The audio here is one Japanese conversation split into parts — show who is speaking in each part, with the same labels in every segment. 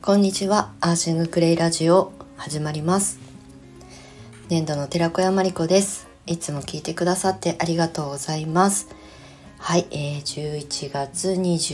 Speaker 1: こんにちは。アーシングクレイラジオ始まります。年度の寺子屋まりこです。いつも聞いてくださってありがとうございます。はい、11月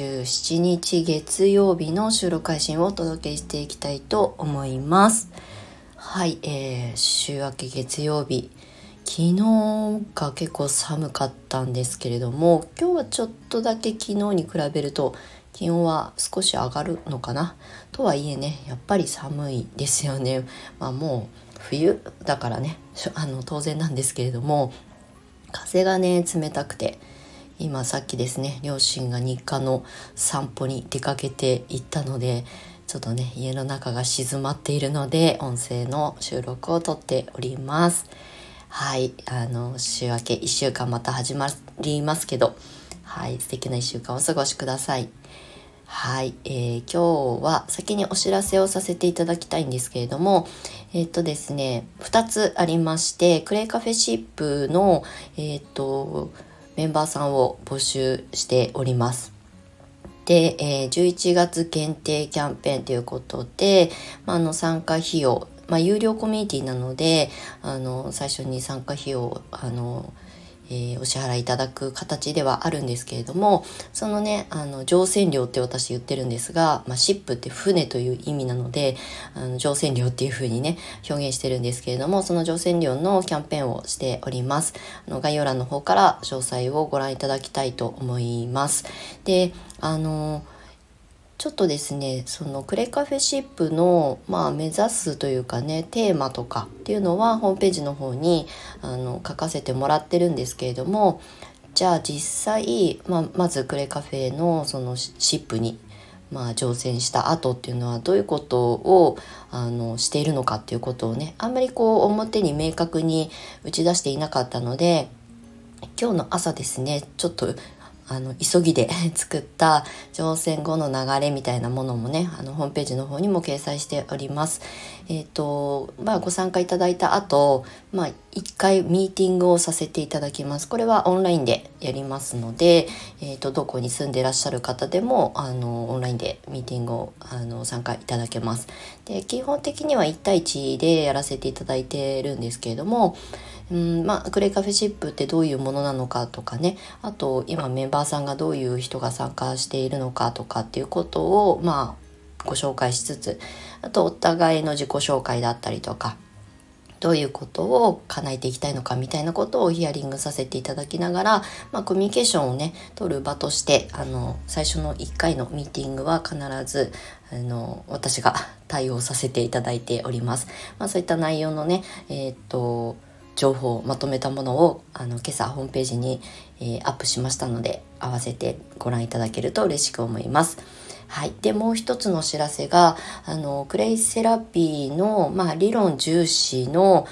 Speaker 1: 27日月曜日の収録配信をお届けしていきたいと思います。はい、週明け月曜日、昨日が結構寒かったんですけれども、今日はちょっとだけ昨日に比べると気温は少し上がるのかなとはいえね、やっぱり寒いですよね。もう冬だからね、当然なんですけれども、風がね冷たくて、今さっきですね、両親が日課の散歩に出かけて行ったので、ちょっとね家の中が静まっているので音声の収録をとっております。はい、週明け1週間また始まりますけど、はい、素敵な1週間をお過ごしください。はい、今日は先にお知らせをさせていただきたいんですけれども、ですね、2つありまして、クレイカフェシップの、メンバーさんを募集しております。で、11月限定キャンペーンということで、参加費用、有料コミュニティなので、最初に参加費用をお支払いいただく形ではあるんですけれども、そのね乗船料って私言ってるんですが、シップって船という意味なので、乗船料っていう風にね表現してるんですけれども、その乗船料のキャンペーンをしております。概要欄の方から詳細をご覧いただきたいと思います。でちょっとですね、そのクレカフェシップの、目指すというかね、テーマとかっていうのはホームページの方に書かせてもらってるんですけれども、じゃあ実際、まずクレカフェのそのシップに乗船した後っていうのはどういうことをしているのかっていうことをね、あんまり表に明確に打ち出していなかったので、今日の朝ですね、ちょっと急ぎで作った乗船後の流れみたいなものもね、ホームページの方にも掲載しております。ご参加いただいた後、一回ミーティングをさせていただきます。これはオンラインでやりますので、どこに住んでいらっしゃる方でもオンラインでミーティングを参加いただけます。で、基本的には1対1でやらせていただいてるんですけれども、クレイカフェシップってどういうものなのかとかね、あと今メンバーさんがどういう人が参加しているのかとかっていうことをご紹介しつつ、あとお互いの自己紹介だったりとか、どういうことを叶えていきたいのかみたいなことをヒアリングさせていただきながら、コミュニケーションをね取る場として最初の1回のミーティングは必ず私が対応させていただいております。そういった内容のね情報をまとめたものを今朝ホームページに、アップしましたので、合わせてご覧いただけると嬉しく思います。はい、でもう一つのお知らせがクレイセラピーの、理論重視の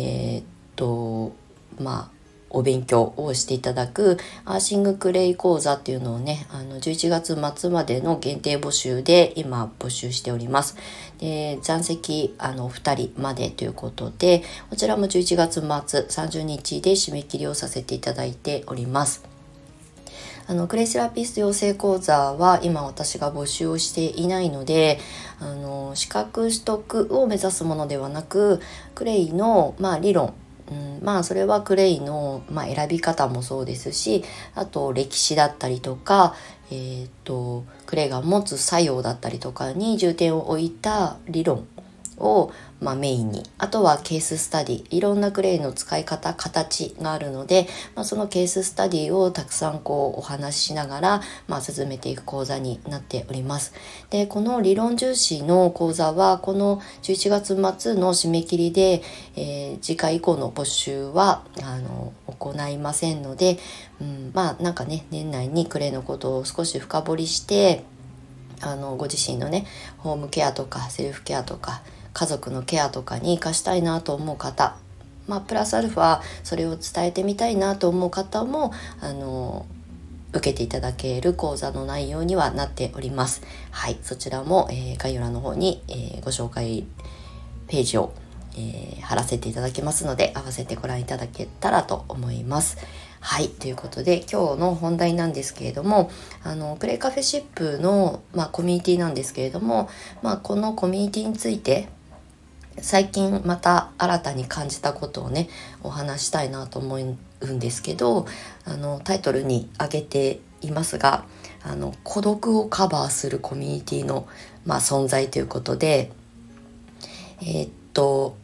Speaker 1: お勉強をしていただくアーシングクレイ講座っていうのをね11月末までの限定募集で今募集しております。で、残席2人までということで、こちらも11月末30日で締め切りをさせていただいております。クレイセラピスト養成講座は今私が募集をしていないので、資格取得を目指すものではなく、クレイの理論、それはクレイの、選び方もそうですし、あと歴史だったりとか、クレイが持つ作用だったりとかに重点を置いた理論を、メインに、あとはケーススタディ、いろんなクレイの使い方、形があるので、そのケーススタディをたくさんお話ししながら、進めていく講座になっております。で、この理論重視の講座はこの11月末の締め切りで、次回以降の募集は行いませんので、年内にクレイのことを少し深掘りしてご自身のねホームケアとかセルフケアとか家族のケアとかに活かしたいなと思う方、プラスアルファそれを伝えてみたいなと思う方も受けていただける講座の内容にはなっております。はい、そちらも、概要欄の方に、ご紹介ページを貼らせていただきますので、合わせてご覧いただけたらと思います。 はい、ということで今日の本題なんですけれども、クレイカフェシップの、コミュニティなんですけれども、このコミュニティについて最近また新たに感じたことをねお話したいなと思うんですけど、タイトルに挙げていますが、孤独をカバーするコミュニティの、存在ということで、えーっと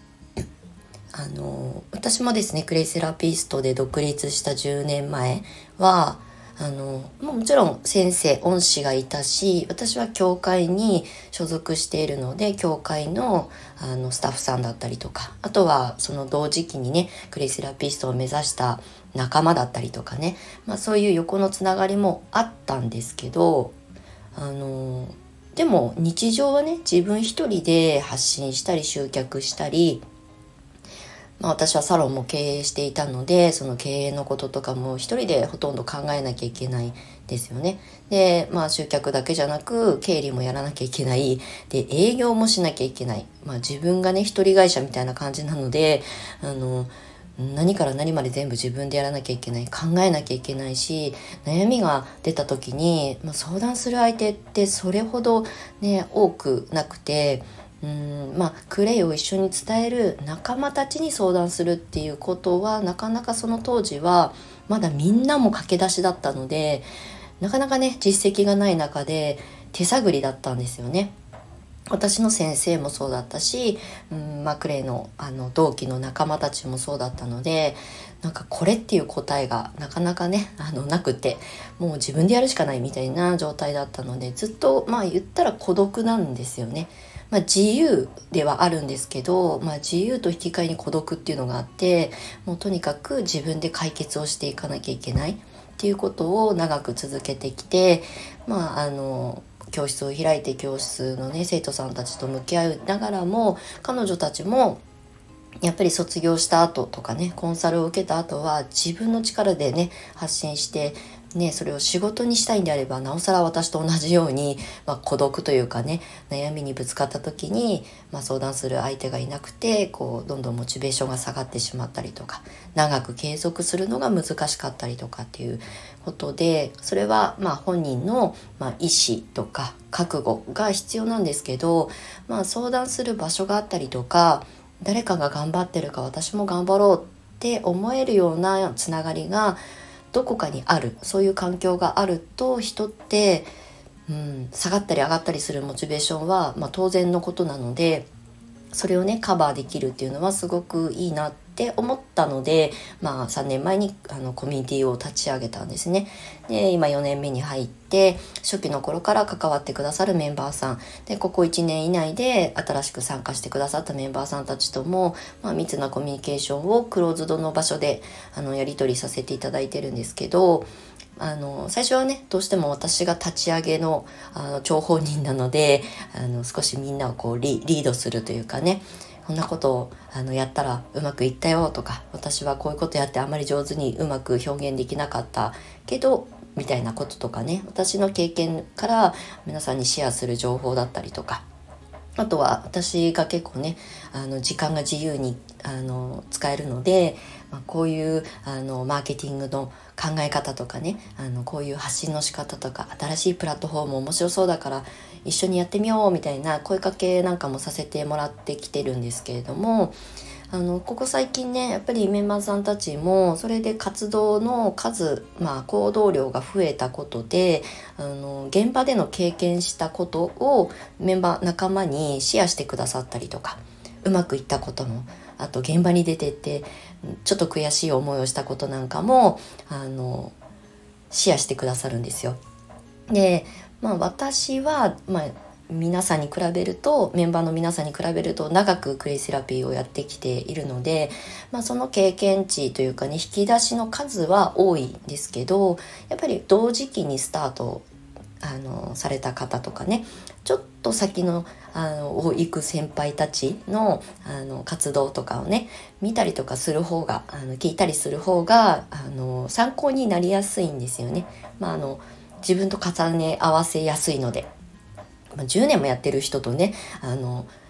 Speaker 1: 私もですねクレイセラピストで独立した10年前はもちろん先生恩師がいたし、私は教会に所属しているので教会のスタッフさんだったりとか、あとはその同時期にねクレイセラピストを目指した仲間だったりとかね、そういう横のつながりもあったんですけど、でも日常はね自分一人で発信したり集客したり、私はサロンも経営していたので、その経営のこととかも一人でほとんど考えなきゃいけないですよね。で、集客だけじゃなく経理もやらなきゃいけない。で、営業もしなきゃいけない。自分がね一人会社みたいな感じなので、何から何まで全部自分でやらなきゃいけない、考えなきゃいけないし、悩みが出た時に、相談する相手ってそれほどね多くなくて、クレイを一緒に伝える仲間たちに相談するっていうことはなかなかその当時はまだみんなも駆け出しだったので、なかなかね実績がない中で手探りだったんですよね。私の先生もそうだったし、クレイの同期の仲間たちもそうだったので、なんかこれっていう答えがなかなかねなくて、もう自分でやるしかないみたいな状態だったので、ずっと言ったら孤独なんですよね。自由ではあるんですけど、自由と引き換えに孤独っていうのがあって、もうとにかく自分で解決をしていかなきゃいけないっていうことを長く続けてきて、教室を開いて教室のね生徒さんたちと向き合いながらも、彼女たちもやっぱり卒業した後とかねコンサルを受けた後は自分の力でね発信してね、それを仕事にしたいんであればなおさら私と同じように、孤独というかね悩みにぶつかった時に、相談する相手がいなくてどんどんモチベーションが下がってしまったりとか、長く継続するのが難しかったりとかっていうことで、それは本人の、意思とか覚悟が必要なんですけど、相談する場所があったりとか、誰かが頑張ってるか私も頑張ろうって思えるようなつながりがどこかにある、そういう環境があると人って、下がったり上がったりするモチベーションは、当然のことなので、それをねカバーできるっていうのはすごくいいなって思ったので、3年前にコミュニティを立ち上げたんですね。で今4年目に入って、初期の頃から関わってくださるメンバーさんで、ここ1年以内で新しく参加してくださったメンバーさんたちとも、密なコミュニケーションをクローズドの場所でやり取りさせていただいてるんですけど、最初はねどうしても私が立ち上げの張本人なので、少しみんなをリードするというかね、こんなことをやったらうまくいったよとか、私はこういうことやってあまり上手にうまく表現できなかったけどみたいなこととかね、私の経験から皆さんにシェアする情報だったりとか、あとは私が結構ね時間が自由に使えるので、こういうマーケティングの考え方とかね、こういう発信の仕方とか、新しいプラットフォーム面白そうだから一緒にやってみようみたいな声かけなんかもさせてもらってきてるんですけれども、ここ最近ねやっぱりメンバーさんたちもそれで活動の数、行動量が増えたことで、現場での経験したことをメンバー仲間にシェアしてくださったりとか、うまくいったことも、あと現場に出てってちょっと悔しい思いをしたことなんかもシェアしてくださるんですよ。で、私は、皆さんに比べると、メンバーの皆さんに比べると長くクレイセラピーをやってきているので、その経験値というかね引き出しの数は多いんですけど、やっぱり同時期にスタートされた方とかね、ちょっと先のを行く先輩たちの活動とかをね見たりとかする方が聞いたりする方が参考になりやすいんですよね。自分と重ね合わせやすいので、10年もやってる人とね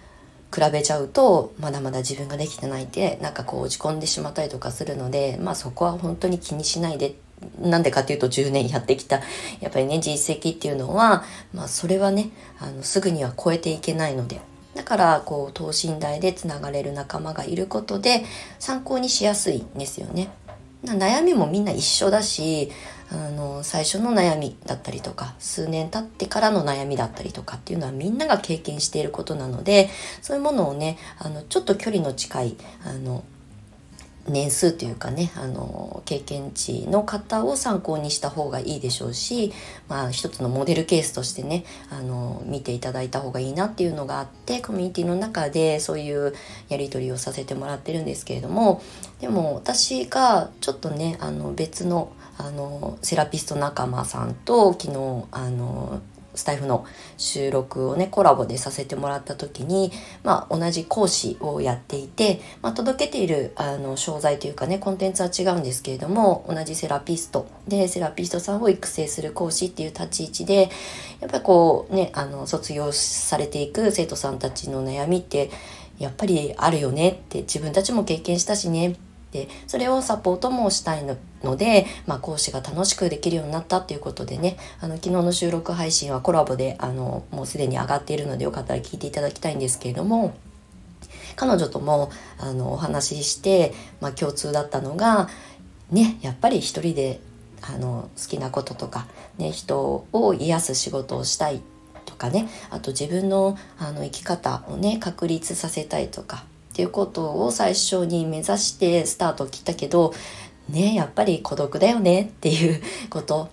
Speaker 1: 比べちゃうとまだまだ自分ができてないってなんかこう落ち込んでしまったりとかするので、そこは本当に気にしないで。なんでかっていうと10年やってきたやっぱりね実績っていうのは、それはねすぐには超えていけないので、だからこう等身大でつながれる仲間がいることで参考にしやすいんですよね。悩みもみんな一緒だし、最初の悩みだったりとか数年経ってからの悩みだったりとかっていうのはみんなが経験していることなので、そういうものをねちょっと距離の近い年数というかね経験値の方を参考にした方がいいでしょうし、一つのモデルケースとしてね見ていただいた方がいいなっていうのがあって、コミュニティの中でそういうやり取りをさせてもらってるんですけれども、でも私がちょっとね別のセラピスト仲間さんと昨日スタイフの収録をねコラボでさせてもらった時に、同じ講師をやっていて、届けている商材というかねコンテンツは違うんですけれども、同じセラピストでセラピストさんを育成する講師っていう立ち位置で、やっぱりこうね卒業されていく生徒さんたちの悩みってやっぱりあるよねって、自分たちも経験したしねで、それをサポートもしたいので、講師が楽しくできるようになったっていうことでね、昨日の収録配信はコラボでもうすでに上がっているのでよかったら聞いていただきたいんですけれども、彼女ともお話しして、共通だったのがね、やっぱり一人で好きなこととか、ね、人を癒す仕事をしたいとかね、あと自分の生き方をね確立させたいとかっていうことを最初に目指してスタートを切ったけどね、やっぱり孤独だよねっていうこと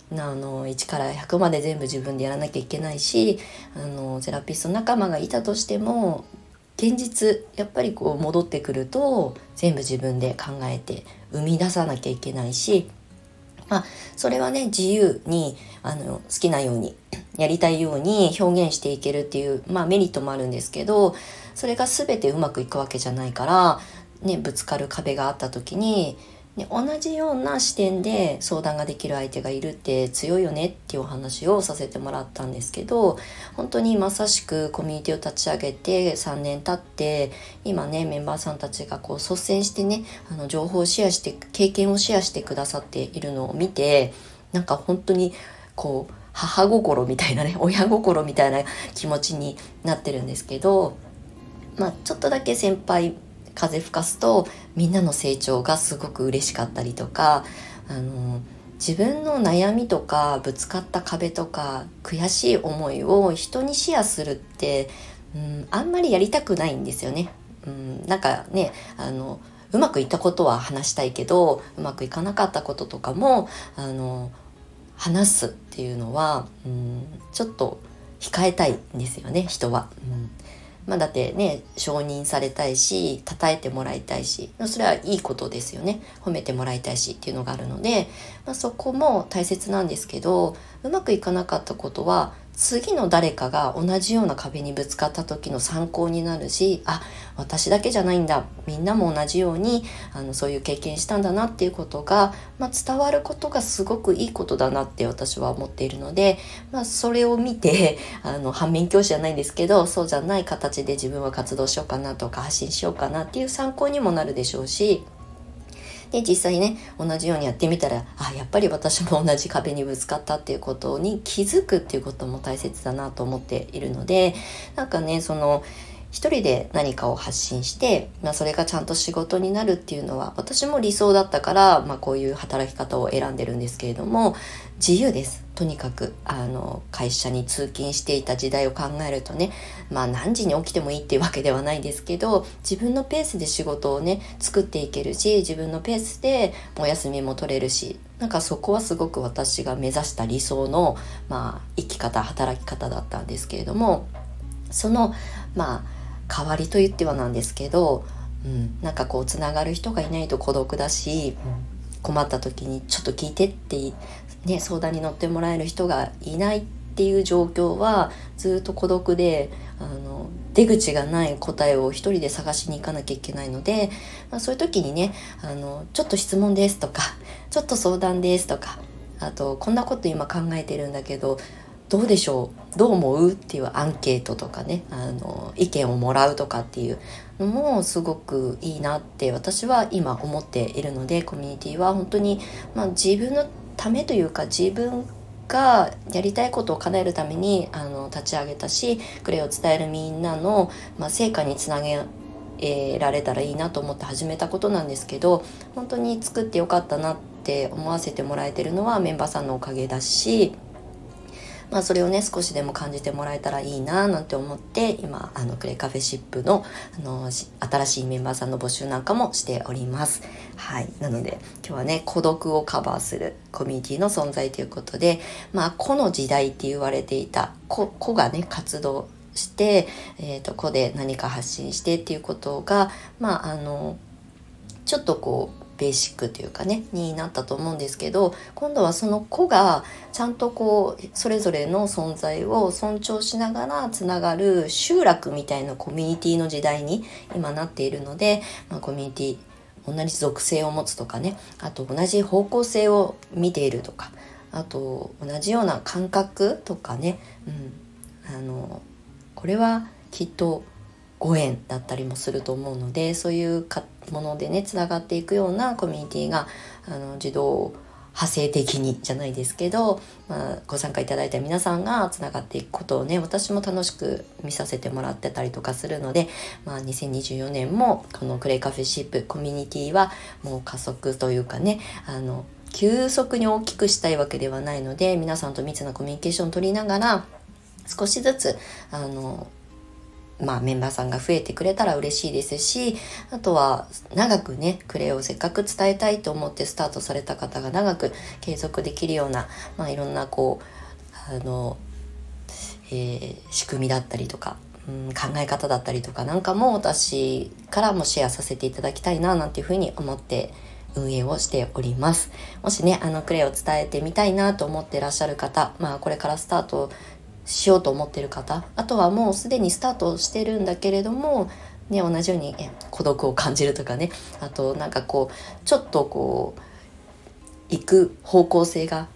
Speaker 1: 1から100まで全部自分でやらなきゃいけないし、セラピスト仲間がいたとしても現実やっぱりこう戻ってくると全部自分で考えて生み出さなきゃいけないし、それはね自由に好きなようにやりたいように表現していけるっていう、メリットもあるんですけど、それが全てうまくいくわけじゃないから、ね、ぶつかる壁があった時に、同じような視点で相談ができる相手がいるって強いよねっていうお話をさせてもらったんですけど、本当にまさしくコミュニティを立ち上げて3年経って今ねメンバーさんたちがこう率先してね情報をシェアして経験をシェアしてくださっているのを見て、なんか本当にこう母心みたいなね親心みたいな気持ちになってるんですけど、ちょっとだけ先輩風吹かすとみんなの成長がすごく嬉しかったりとか、自分の悩みとかぶつかった壁とか悔しい思いを人にシェアするって、あんまりやりたくないんですよね。なんかねうまくいったことは話したいけどうまくいかなかったこととかも話すっていうのは、ちょっと控えたいんですよね人は。だってね承認されたいし称えてもらいたいし、それはいいことですよね。褒めてもらいたいしっていうのがあるので、そこも大切なんですけど、うまくいかなかったことは次の誰かが同じような壁にぶつかった時の参考になるし、私だけじゃないんだ、みんなも同じようにそういう経験したんだなっていうことが、伝わることがすごくいいことだなって私は思っているので、それを見て反面教師じゃないんですけど、そうじゃない形で自分は活動しようかなとか発信しようかなっていう参考にもなるでしょうし、で実際ね同じようにやってみたらやっぱり私も同じ壁にぶつかったっていうことに気づくっていうことも大切だなと思っているので、なんかね一人で何かを発信して、それがちゃんと仕事になるっていうのは私も理想だったから、こういう働き方を選んでるんですけれども、自由です。とにかく会社に通勤していた時代を考えるとね、何時に起きてもいいっていうわけではないですけど、自分のペースで仕事をね作っていけるし、自分のペースでお休みも取れるし、なんかそこはすごく私が目指した理想の、生き方働き方だったんですけれども、その代わりと言ってはなんですけど、なんかこうつながる人がいないと孤独だし、困った時にちょっと聞いてってね相談に乗ってもらえる人がいないっていう状況はずっと孤独で出口がない答えを一人で探しに行かなきゃいけないので、そういう時にねちょっと質問ですとかちょっと相談ですとか、あとこんなこと今考えてるんだけどどうでしょう、どう思うっていうアンケートとかね、意見をもらうとかっていうのもすごくいいなって私は今思っているので、コミュニティは本当に、自分のためというか、自分がやりたいことを叶えるために立ち上げたし、クレイを伝えるみんなの、成果につなげられたらいいなと思って始めたことなんですけど、本当に作ってよかったなって思わせてもらえてるのはメンバーさんのおかげだし、それをね少しでも感じてもらえたらいいななんて思って、今クレイカフェシップの、新しいメンバーさんの募集なんかもしております。はい、なので今日はね、孤独をカバーするコミュニティの存在ということで、個の時代って言われていた個がね活動して、個で何か発信してっていうことが、ちょっとこうベーシックというかねになったと思うんですけど、今度はその子がちゃんとこうそれぞれの存在を尊重しながらつながる集落みたいなコミュニティの時代に今なっているので、コミュニティ同じ属性を持つとかね、あと同じ方向性を見ているとか、あと同じような感覚とかね、これはきっとご縁だったりもすると思うので、そういうものでねつながっていくようなコミュニティが自動派生的にじゃないですけど、ご参加いただいた皆さんがつながっていくことをね、私も楽しく見させてもらってたりとかするので、2024年もこのクレイカフェシップコミュニティはもう加速というかね、急速に大きくしたいわけではないので、皆さんと密なコミュニケーションを取りながら少しずつメンバーさんが増えてくれたら嬉しいですし、あとは長くねクレイをせっかく伝えたいと思ってスタートされた方が長く継続できるような、いろんな仕組みだったりとか、考え方だったりとかなんかも私からもシェアさせていただきたいななんていうふうに思って運営をしております。もしねクレイを伝えてみたいなと思ってらっしゃる方、これからスタートしようと思ってる方、あとはもうすでにスタートしてるんだけれども、同じように孤独を感じるとかね、あとちょっと行く方向性が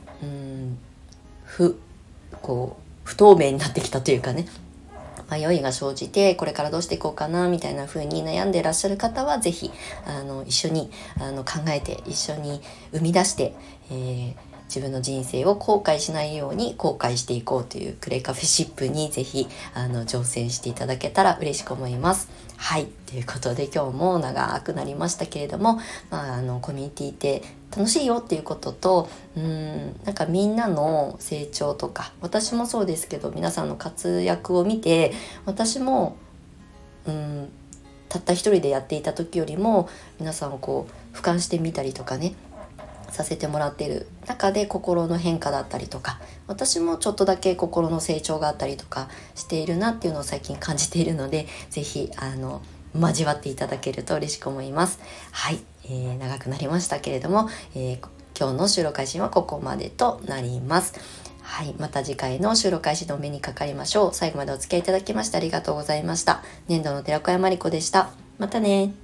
Speaker 1: 不透明になってきたというかね、迷いが生じてこれからどうしていこうかなみたいな風に悩んでらっしゃる方はぜひ一緒に考えて一緒に生み出して、自分の人生を後悔しないように後悔していこうというクレイカフェシップにぜひ挑戦していただけたら嬉しく思います。はい、ということで今日も長くなりましたけれども、コミュニティって楽しいよっていうことと、みんなの成長とか、私もそうですけど皆さんの活躍を見て私もたった一人でやっていた時よりも皆さんを俯瞰してみたりとかねさせてもらっている中で心の変化だったりとか、私もちょっとだけ心の成長があったりとかしているなっていうのを最近感じているので、ぜひ交わっていただけると嬉しく思います。はい、長くなりましたけれども、今日の収録配信はここまでとなります。はい、また次回の収録配信でお目にかかりましょう。最後までお付き合いいただきましてありがとうございました。年度の寺子屋まりこでした。またね。